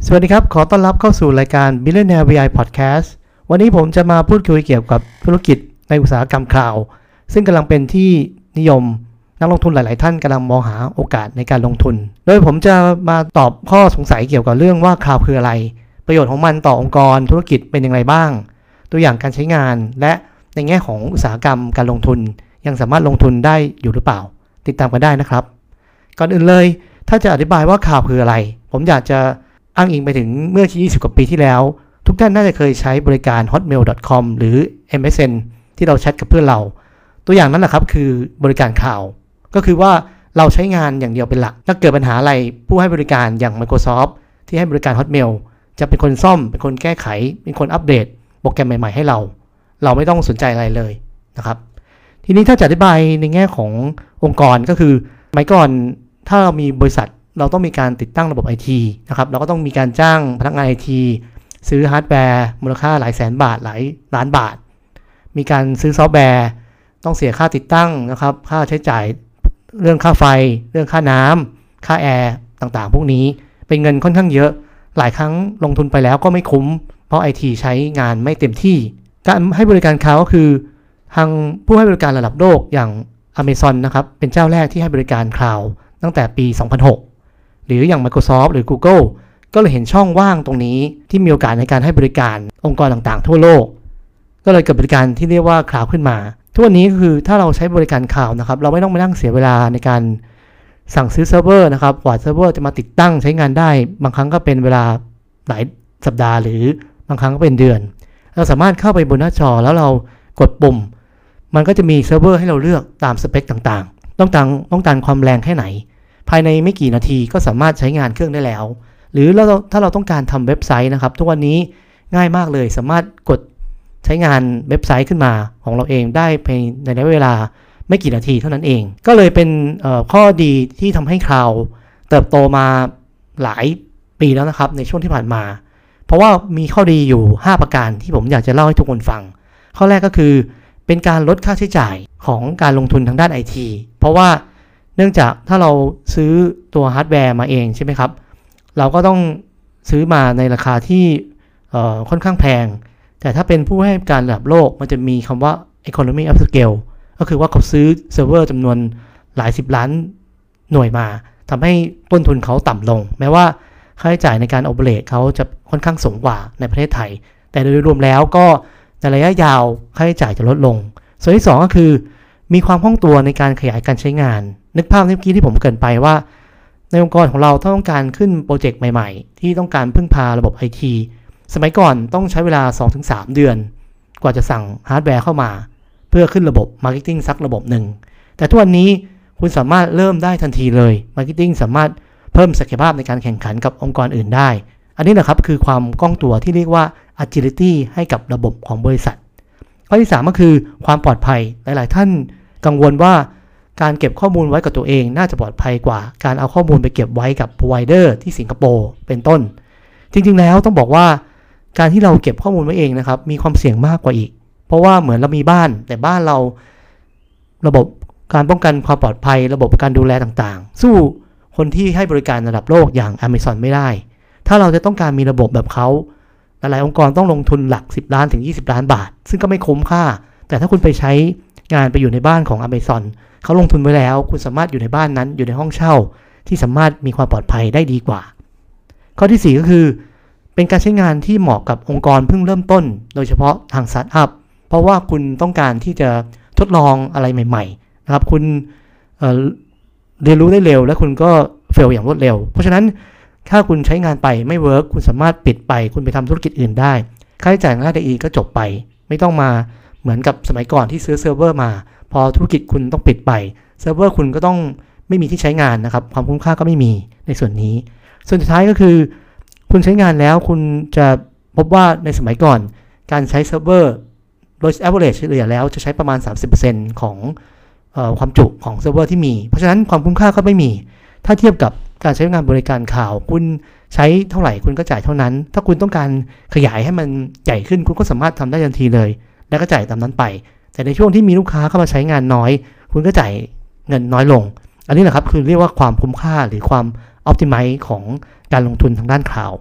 สวัสดีครับขอต้อนรับเข้าสู่รายการ Billionaire VI Podcast วันนี้ผมจะมาพูดคุยเกี่ยวกับธุรกิจในอุตสาหกรรมคลาวด์ซึ่งกำลังเป็นที่นิยมนักลงทุนหลายๆท่านกำลังมองหาโอกาสในการลงทุนโดยผมจะมาตอบข้อสงสัยเกี่ยวกับเรื่องว่าคลาวด์คืออะไรประโยชน์ของมันต่อองค์กรธุรกิจเป็นอย่างไรบ้างตัวอย่างการใช้งานและในแง่ของอุตสาหกรรมการลงทุนยังสามารถลงทุนได้อยู่หรือเปล่าติดตามกันได้นะครับก่อนอื่นเลยถ้าจะอธิบายว่าคลาวด์คืออะไรผมอยากจะอ้างอิงไปถึงเมื่อ20 กว่าปีที่แล้วทุกท่านน่าจะเคยใช้บริการ hotmail.com หรือ MSN ที่เราแชทกับเพื่อนเราตัวอย่างนั้นแหละครับคือบริการคลาวด์ก็คือว่าเราใช้งานอย่างเดียวเป็นหลักถ้าเกิดปัญหาอะไรผู้ให้บริการอย่าง Microsoft ที่ให้บริการ Hotmail จะเป็นคนซ่อมเป็นคนแก้ไขเป็นคนอัปเดตโปรแกรมใหม่ๆให้เราไม่ต้องสนใจอะไรเลยนะครับทีนี้ถ้าจะอธิบายในแง่ขององค์กรก็คือสมัยก่อนถ้าเรามีบริษัทเราต้องมีการติดตั้งระบบ IT นะครับเราก็ต้องมีการจ้างพนักงาน IT ซื้อฮาร์ดแวร์มูลค่าหลายแสนบาทหลายล้านบาทมีการซื้อซอฟต์แวร์ต้องเสียค่าติดตั้งนะครับค่าใช้จ่ายเรื่องค่าไฟเรื่องค่าน้ำค่าแอร์ต่างๆพวกนี้เป็นเงินค่อนข้างเยอะหลายครั้งลงทุนไปแล้วก็ไม่คุ้มเพราะ IT ใช้งานไม่เต็มที่การให้บริการคลาวด์ก็คือทางผู้ให้บริการระดับโลกอย่าง Amazon นะครับเป็นเจ้าแรกที่ให้บริการคลาวด์ตั้งแต่ปี 2006หรืออย่าง Microsoft หรือ Google ก็เลยเห็นช่องว่างตรงนี้ที่มีโอกาสในการให้บริการองค์กรต่างๆทั่วโลกก็เลยเกิดบริการที่เรียกว่าคลาวด์ขึ้นมาทุกวันนี้ก็คือถ้าเราใช้บริการคลาวด์นะครับเราไม่ต้องมานั่งเสียเวลาในการสั่งซื้อเซิร์ฟเวอร์นะครับกว่าเซิร์ฟเวอร์จะมาติดตั้งใช้งานได้บางครั้งก็เป็นเวลาหลายสัปดาห์หรือบางครั้งก็เป็นเดือนเราสามารถเข้าไปบนหน้าจอแล้วเรากดปุ่มมันก็จะมีเซิร์ฟเวอร์ให้เราเลือกตามสเปคต่างๆต้องการความแรงแค่ไหนภายในไม่กี่นาทีก็สามารถใช้งานเครื่องได้แล้วหรือถ้าเราต้องการทำเว็บไซต์นะครับทุกวันนี้ง่ายมากเลยสามารถกดใช้งานเว็บไซต์ขึ้นมาของเราเองได้ภายในระยะเวลาไม่กี่นาทีเท่านั้นเองก็เลยเป็นข้อดีที่ทำให้คลาวด์เติบโตมาหลายปีแล้วนะครับในช่วงที่ผ่านมาเพราะว่ามีข้อดีอยู่5ประการที่ผมอยากจะเล่าให้ทุกคนฟังข้อแรกก็คือเป็นการลดค่าใช้จ่ายของการลงทุนทางด้าน IT เพราะว่าเนื่องจากถ้าเราซื้อตัวฮาร์ดแวร์มาเองใช่ไหมครับเราก็ต้องซื้อมาในราคาที่ค่อนข้างแพงแต่ถ้าเป็นผู้ให้การระดับโลกมันจะมีคำว่า economy of scale ก็คือว่าเขาซื้อเซิร์ฟเวอร์จำนวนหลาย10ล้านหน่วยมาทำให้ต้นทุนเขาต่ำลงแม้ว่าค่าใช้จ่ายในการ operate เขาจะค่อนข้างสูงกว่าในประเทศไทยแต่โดยรวมแล้วก็ในระยะยาวค่าใช้จ่ายจะลดลงส่วนที่2ก็คือมีความคล่องตัวในการขยายการใช้งานนึกภาพเมื่อกี้ที่ผมเกริ่นไปว่าในองค์กรของเราถ้าต้องการขึ้นโปรเจกต์ใหม่ๆที่ต้องการพึ่งพาระบบ IT สมัยก่อนต้องใช้เวลา 2-3 เดือนกว่าจะสั่งฮาร์ดแวร์เข้ามาเพื่อขึ้นระบบ Marketing สักระบบหนึ่งแต่ทุกวันนี้คุณสามารถเริ่มได้ทันทีเลย Marketing สามารถเพิ่มศักยภาพในการแข่งขันกับองค์กรอื่นได้อันนี้นะครับคือความคล่องตัวที่เรียกว่า Agility ให้กับระบบของบริษัทข้อที่3ก็คือความปลอดภัยหลายๆท่านกังวลว่าการเก็บข้อมูลไว้กับตัวเองน่าจะปลอดภัยกว่าการเอาข้อมูลไปเก็บไว้กับ provider ที่สิงคโปร์เป็นต้นจริงๆแล้วต้องบอกว่าการที่เราเก็บข้อมูลไว้เองนะครับมีความเสี่ยงมากกว่าอีกเพราะว่าเหมือนเรามีบ้านแต่บ้านเราระบบการป้องกันความปลอดภัยระบบการดูแลต่างๆสู้คนที่ให้บริการระดับโลกอย่าง Amazon ไม่ได้ถ้าเราจะต้องการมีระบบแบบเขาหลายๆองค์กรต้องลงทุนหลัก10ล้านถึง20ล้านบาทซึ่งก็ไม่คุ้มค่าแต่ถ้าคุณไปใช้งานไปอยู่ในบ้านของ Amazonเขาลงทุนไว้แล้วคุณสามารถอยู่ในบ้านนั้นอยู่ในห้องเช่าที่สามารถมีความปลอดภัยได้ดีกว่าข้อที่4ก็คือเป็นการใช้งานที่เหมาะกับองค์กรเพิ่งเริ่มต้นโดยเฉพาะทางสตาร์ทอัพเพราะว่าคุณต้องการที่จะทดลองอะไรใหม่ๆนะครับคุณเรียนรู้ได้เร็วและคุณก็เฟลอย่างรวดเร็วเพราะฉะนั้นถ้าคุณใช้งานไปไม่เวิร์กคุณสามารถปิดไปคุณไปทำธุรกิจอื่นได้ค่าใช้จ่ายค่า DI ก็จบไปไม่ต้องมาเหมือนกับสมัยก่อนที่ซื้อเซิร์ฟเวอร์มาพอธุรกิจคุณต้องปิดไปเซิร์ฟเวอร์คุณก็ต้องไม่มีที่ใช้งานนะครับความคุ้มค่าก็ไม่มีในส่วนนี้ส่วนสุดท้ายก็คือคุณใช้งานแล้วคุณจะพบว่าในสมัยก่อนการใช้เซิร์ฟเวอร์โดย average เฉลี่ยแล้วจะใช้ประมาณ 30% ของความจุของเซิร์ฟเวอร์ที่มีเพราะฉะนั้นความคุ้มค่าก็ไม่มีถ้าเทียบกับการใช้งานบริการข่าวคุณใช้เท่าไหร่คุณก็จ่ายเท่านั้นถ้าคุณต้องการขยายให้มันใหญ่ขึ้นคุณก็สามารถทำได้ทันทีเลยแล้วก็จ่ายตามนั้นไปแต่ในช่วงที่มีลูกค้าเข้ามาใช้งานน้อยคุณก็จ่ายเงินน้อยลงอันนี้แหละครับคือเรียกว่าความคุ้มค่าหรือความ optimize ของการลงทุนทางด้านข่าว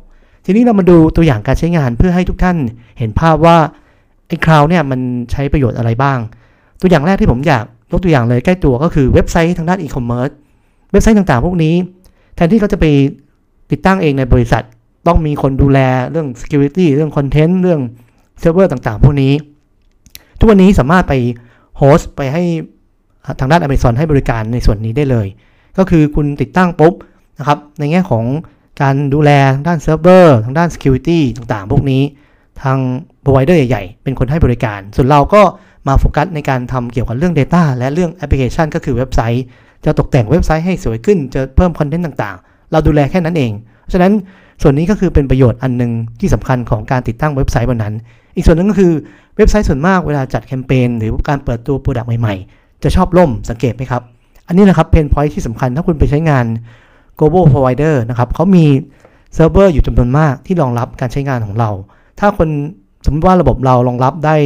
ทีนี้เรามาดูตัวอย่างการใช้งานเพื่อให้ทุกท่านเห็นภาพว่าไอ้คลาวด์เนี่ยมันใช้ประโยชน์อะไรบ้างตัวอย่างแรกที่ผมอยากยกตัวอย่างเลยใกล้ตัวก็คือเว็บไซต์ทางด้านอีคอมเมิร์ซเว็บไซต์ต่างๆพวกนี้แทนที่เขาจะไปติดตั้งเองในบริษัทต้องมีคนดูแลเรื่อง security เรื่อง content เรื่องเซิร์ฟเวอร์ต่างๆพวกนี้ทุกวันนี้สามารถไปโฮสต์ไปให้ทางด้าน Amazon ให้บริการในส่วนนี้ได้เลยก็คือคุณติดตั้งปุ๊บนะครับในแง่ของการดูแลทางด้านเซิร์ฟเวอร์ทางด้าน security ต่างๆพวกนี้ทาง provider ใหญ่ๆเป็นคนให้บริการส่วนเราก็มาโฟกัสในการทำเกี่ยวกับเรื่อง Data และเรื่องแอปพลิเคชันก็คือเว็บไซต์จะตกแต่งเว็บไซต์ให้สวยขึ้นจะเพิ่มคอนเทนต์ต่างๆเราดูแลแค่นั้นเองเพราะฉะนั้นส่วนนี้ก็คือเป็นประโยชน์อันนึงที่สำคัญของการติดตั้งเว็บไซต์บนนั้นอีกส่วนนึงก็คือเว็บไซต์ส่วนมากเวลาจัดแคมเปญหรือการเปิดตัวโปรดักต์ใหม่ๆจะชอบล่มสังเกตไหมครับอันนี้นะครับเพนพอยท์ที่สำคัญถ้าคุณไปใช้งาน global provider นะครับเขามีเซิร์ฟเวอร์อยู่จำนวนมากที่รองรับการใช้งานของเราถ้าคนสมมติว่าระบบเรารองรับได้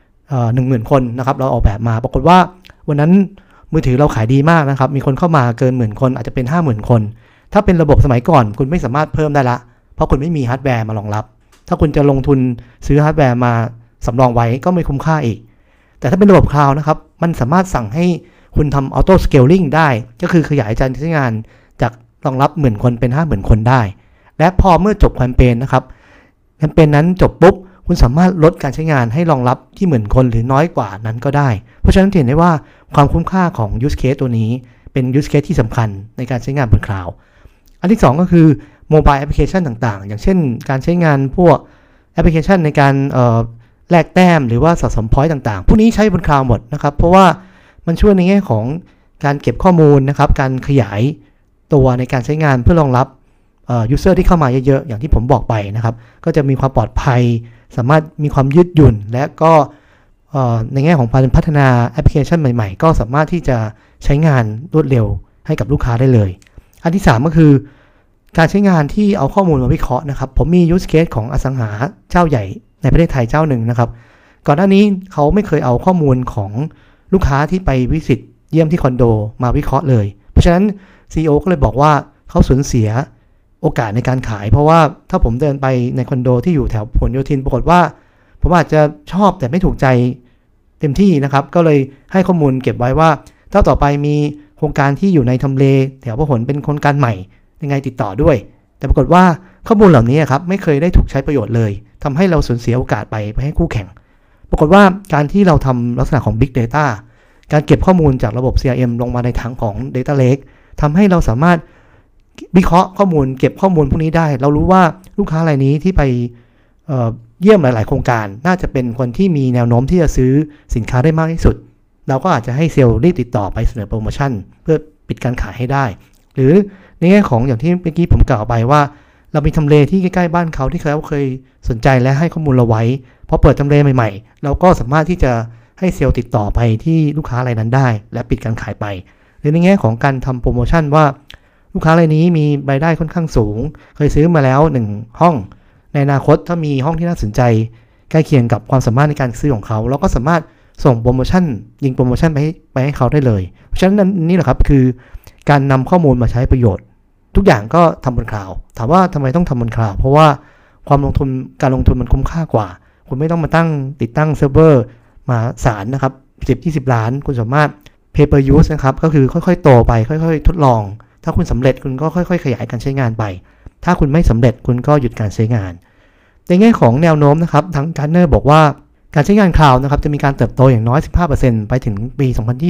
10,000 คนนะครับเราออกแบบมาปรากฏว่าวันนั้นมือถือเราขายดีมากนะครับมีคนเข้ามาเกิน10,000 คนอาจจะเป็น 50,000 คนถ้าเป็นระบบสมัยก่อนคุณไม่สามารถเพิ่มได้ละเพราะคุณไม่มีฮาร์ดแวร์มารองรับถ้าคุณจะลงทุนซื้อฮาร์ดแวร์มาสำรองไว้ก็ไม่คุ้มค่าอีกแต่ถ้าเป็นระบบคลาวด์นะครับมันสามารถสั่งให้คุณทำออโต้สเกลลิ่งได้ก็คือขยายการใช้งานจากรองรับ10,000 คนเป็น 50,000 คนได้และพอเมื่อจบแคมเปญนะครับแคมเปญนั้นจบปุ๊บคุณสามารถลดการใช้งานให้รองรับที่10,000 คนหรือน้อยกว่านั้นก็ได้เพราะฉะนั้นเห็นได้ว่าความคุ้มค่าของ use case ตัวนี้เป็น use case ที่สำคัญในการใช้งานบนคลาวด์อันที่2ก็คือ mobile application ต่างๆอย่างเช่นการใช้งานพวกแอปพลิเคชันในการแลกแต้มหรือว่าสะสม point ต่างๆพวกนี้ใช้บนคลาวด์หมดนะครับเพราะว่ามันช่วยในแง่ของการเก็บข้อมูลนะครับการขยายตัวในการใช้งานเพื่อรองรับuser ที่เข้ามาเยอะๆอย่างที่ผมบอกไปนะครับก็จะมีความปลอดภัยสามารถมีความยืดหยุ่นและก็ในแง่ของการพัฒนาแอปพลิเคชันใหม่ๆก็สามารถที่จะใช้งานรวดเร็วให้กับลูกค้าได้เลยอันที่3ก็คือการใช้งานที่เอาข้อมูลมาวิเคราะห์นะครับผมมี use case ของอสังหาเจ้าใหญ่ในประเทศไทยเจ้าหนึ่งนะครับก่อนหน้านี้เขาไม่เคยเอาข้อมูลของลูกค้าที่ไปวิสิตเยี่ยมที่คอนโดมาวิเคราะห์เลยเพราะฉะนั้น CEO ก็เลยบอกว่าเขาสูญเสียโอกาสในการขายเพราะว่าถ้าผมเดินไปในคอนโดที่อยู่แถวผลโยธินปรากฏว่าผมอาจจะชอบแต่ไม่ถูกใจเต็มที่นะครับก็เลยให้ข้อมูลเก็บไว้ว่าถ้าต่อไปมีโครงการที่อยู่ในทำเลแถวพหลเป็นโครงการใหม่ยังไงติดต่อด้วยแต่ปรากฏว่าข้อมูลเหล่านี้ครับไม่เคยได้ถูกใช้ประโยชน์เลยทำให้เราสูญเสียโอกาสไปให้คู่แข่งปรากฏว่าการที่เราทำลักษณะของ Big Data การเก็บข้อมูลจากระบบ CRM ลงมาในถังของ Data Lake ทำให้เราสามารถวิเคราะห์ข้อมูลเก็บข้อมูลพวกนี้ได้เรารู้ว่าลูกค้ารายนี้ที่ไปเยี่ยมหลายๆโครงการน่าจะเป็นคนที่มีแนวโน้มที่จะซื้อสินค้าได้มากที่สุดเราก็อาจจะให้เซลล์รีบติดต่อไปเสนอโปรโมชั่นเพื่อปิดการขายให้ได้หรือในแง่ของอย่างที่เมื่อกี้ผมกล่าวไปว่าเรามีทำเลที่ใกล้ๆบ้านเขาที่เขาเคยสนใจและให้ข้อมูลเราไว้พอเปิดทำเลใหม่ๆเราก็สามารถที่จะให้เซลล์ติดต่อไปที่ลูกค้ารายนั้นได้และปิดการขายไปหรือในแง่ของการทำโปรโมชั่นว่าลูกค้ารายนี้มีรายได้ค่อนข้างสูงเคยซื้อมาแล้ว1ห้องในอนาคตถ้ามีห้องที่น่าสนใจใกล้เคียงกับความสามารถในการซื้อของเขาเราก็สามารถส่งโปรโมชั่นยิงโปรโมชั่นไปให้เขาได้เลยเพราะฉะนั้นนี่แหละครับคือการนำข้อมูลมาใช้ประโยชน์ทุกอย่างก็ทำบนคลาวด์ถามว่าทำไมต้องทำบนคลาวด์เพราะว่าความลงทุนการลงทุนมันคุ้มค่ากว่าคุณไม่ต้องมาติดตั้งเซิร์ฟเวอร์มาสารนะครับ10-20 ล้านคุณสามารถ pay per use นะครับก็คือค่อยๆโตไปค่อยๆทดลองถ้าคุณสำเร็จคุณก็ค่อยๆขยายการใช้งานไปถ้าคุณไม่สำเร็จคุณก็หยุดการใช้งานในแง่ของแนวโน้มนะครับทั้ง Gartner บอกว่าการใช้งานคลาวด์นะครับจะมีการเติบโตอย่างน้อย 15% ไปถึงปี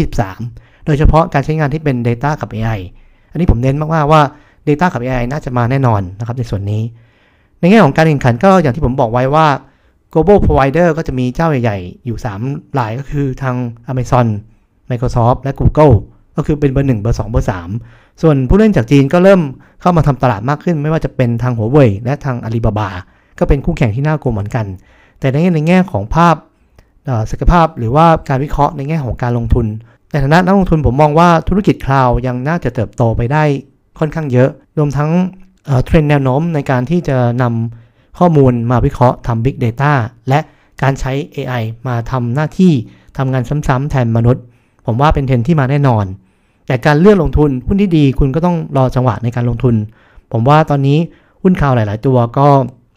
2023 โดยเฉพาะการใช้งานที่เป็น Data กับ AI อันนี้ผมเน้นมากๆว่า Data กับ AI น่าจะมาแน่นอนนะครับในส่วนนี้ในแง่ของการแข่งขันก็อย่างที่ผมบอกไว้ว่า global provider ก็จะมีเจ้าใหญ่ๆอยู่3รายก็คือทาง Amazon Microsoft และ Google ก็คือเป็นเบอร์1เบอร์2เบอร์3ส่วนผู้เล่นจากจีนก็เริ่มเข้ามาทำตลาดมากขึ้นไม่ว่าจะเป็นทาง Huawei และทาง Alibaba ก็เป็นคู่แข่งที่น่ากลัวเหมือนกันแต่ในแง่ของภาพศักยภาพหรือว่าการวิเคราะห์ในแง่ของการลงทุนในฐานะนักลงทุนผมมองว่าธุรกิจคลาวด์ยังน่าจะเติบโตไปได้ค่อนข้างเยอะรวมทั้งเทรนด์แนวโน้มในการที่จะนำข้อมูลมาวิเคราะห์ทำ Big Data และการใช้ AI มาทำหน้าที่ทำงานซ้ำๆแทนมนุษย์ผมว่าเป็นเทรนด์ที่มาแน่นอนแต่การเลือกลงทุนหุ้นที่ดีคุณก็ต้องรอจังหวะในการลงทุนผมว่าตอนนี้หุ้นคลาวด์หลายๆตัวก็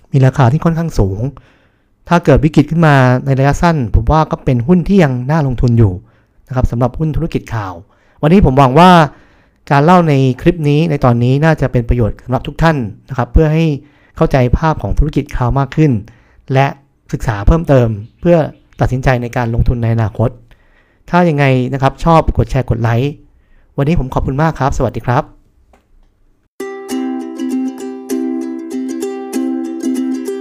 มีราคาที่ค่อนข้างสูงถ้าเกิดวิกฤตขึ้นมาในระยะสั้นผมว่าก็เป็นหุ้นที่ยังน่าลงทุนอยู่นะครับสำหรับหุ้นธุรกิจข่าววันนี้ผมหวังว่าการเล่าในคลิปนี้ในตอนนี้น่าจะเป็นประโยชน์สำหรับทุกท่านนะครับเพื่อให้เข้าใจภาพของธุรกิจข่าวมากขึ้นและศึกษาเพิ่มเติมเพื่อตัดสินใจในการลงทุนในอนาคตถ้ายังไงนะครับชอบกดแชร์กดไลค์วันนี้ผมขอบคุณมากครับสวัสดีครับ